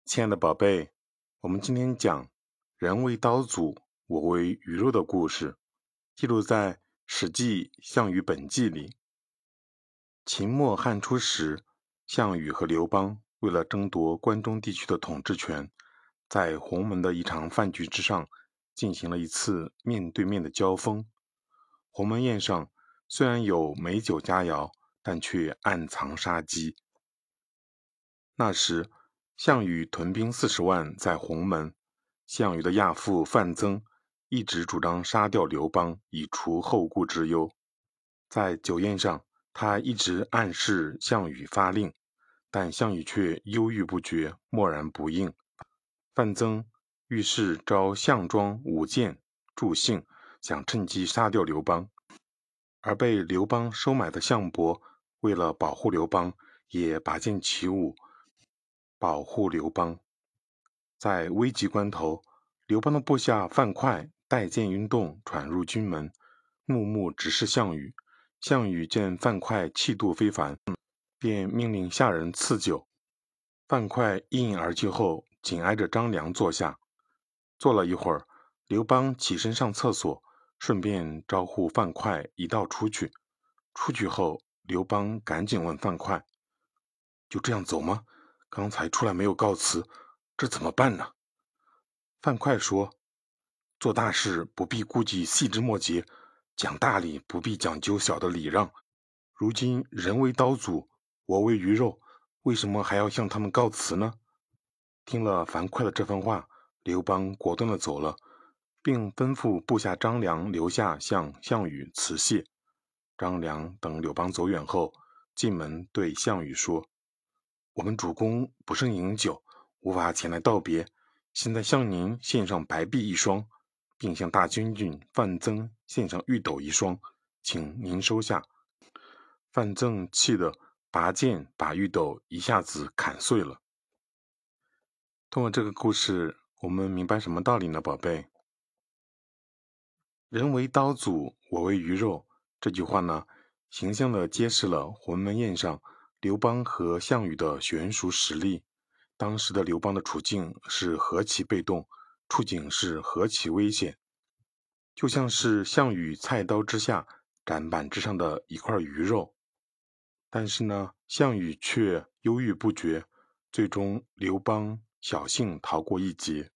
亲爱的宝贝，我们今天讲人为刀俎，我为鱼肉的故事，记录在《史记·项羽本纪》里。秦末汉初时，项羽和刘邦为了争夺关中地区的统治权，在鸿门的一场饭局之上进行了一次面对面的交锋。鸿门宴上虽然有美酒佳肴，但却暗藏杀机。那时，项羽屯兵40万在鸿门，项羽的亚父范增一直主张杀掉刘邦，以除后顾之忧。在酒宴上，他一直暗示项羽发令，但项羽却犹豫不决，默然不应。范增于是召项庄、舞剑、助兴，想趁机杀掉刘邦。而被刘邦收买的项伯，为了保护刘邦，也拔剑起舞，保护刘邦。在危急关头，刘邦的部下范哙带剑运动，闯入军门，怒目直视项羽。项羽见范哙气度非凡，便命令下人赐酒。范哙一饮而尽后，紧挨着张良坐下。坐了一会儿，刘邦起身上厕所，顺便招呼范哙一道出去。出去后，刘邦赶紧问范哙：就这样走吗？刚才出来没有告辞，这怎么办呢？范哙说：做大事不必顾及细枝末节，讲大理不必讲究小的礼让。如今人为刀俎，我为鱼肉，为什么还要向他们告辞呢？听了樊哙的这番话，刘邦果断地走了，并吩咐部下张良留下向项羽辞谢。张良等刘邦走远后，进门对项羽说：我们主公不胜饮酒，无法前来道别，现在向您献上白璧一双，并向大将军范增献上玉斗一双，请您收下。范增气得拔剑把玉斗一下子砍碎了。通过这个故事，我们明白什么道理呢，宝贝？人为刀俎，我为鱼肉。这句话呢，形象地揭示了鸿门宴上刘邦和项羽的悬殊实力。当时的刘邦的处境是何其被动，处境是何其危险，就像是项羽菜刀之下砧板之上的一块鱼肉。但是呢，项羽却犹豫不决，最终刘邦侥幸逃过一劫。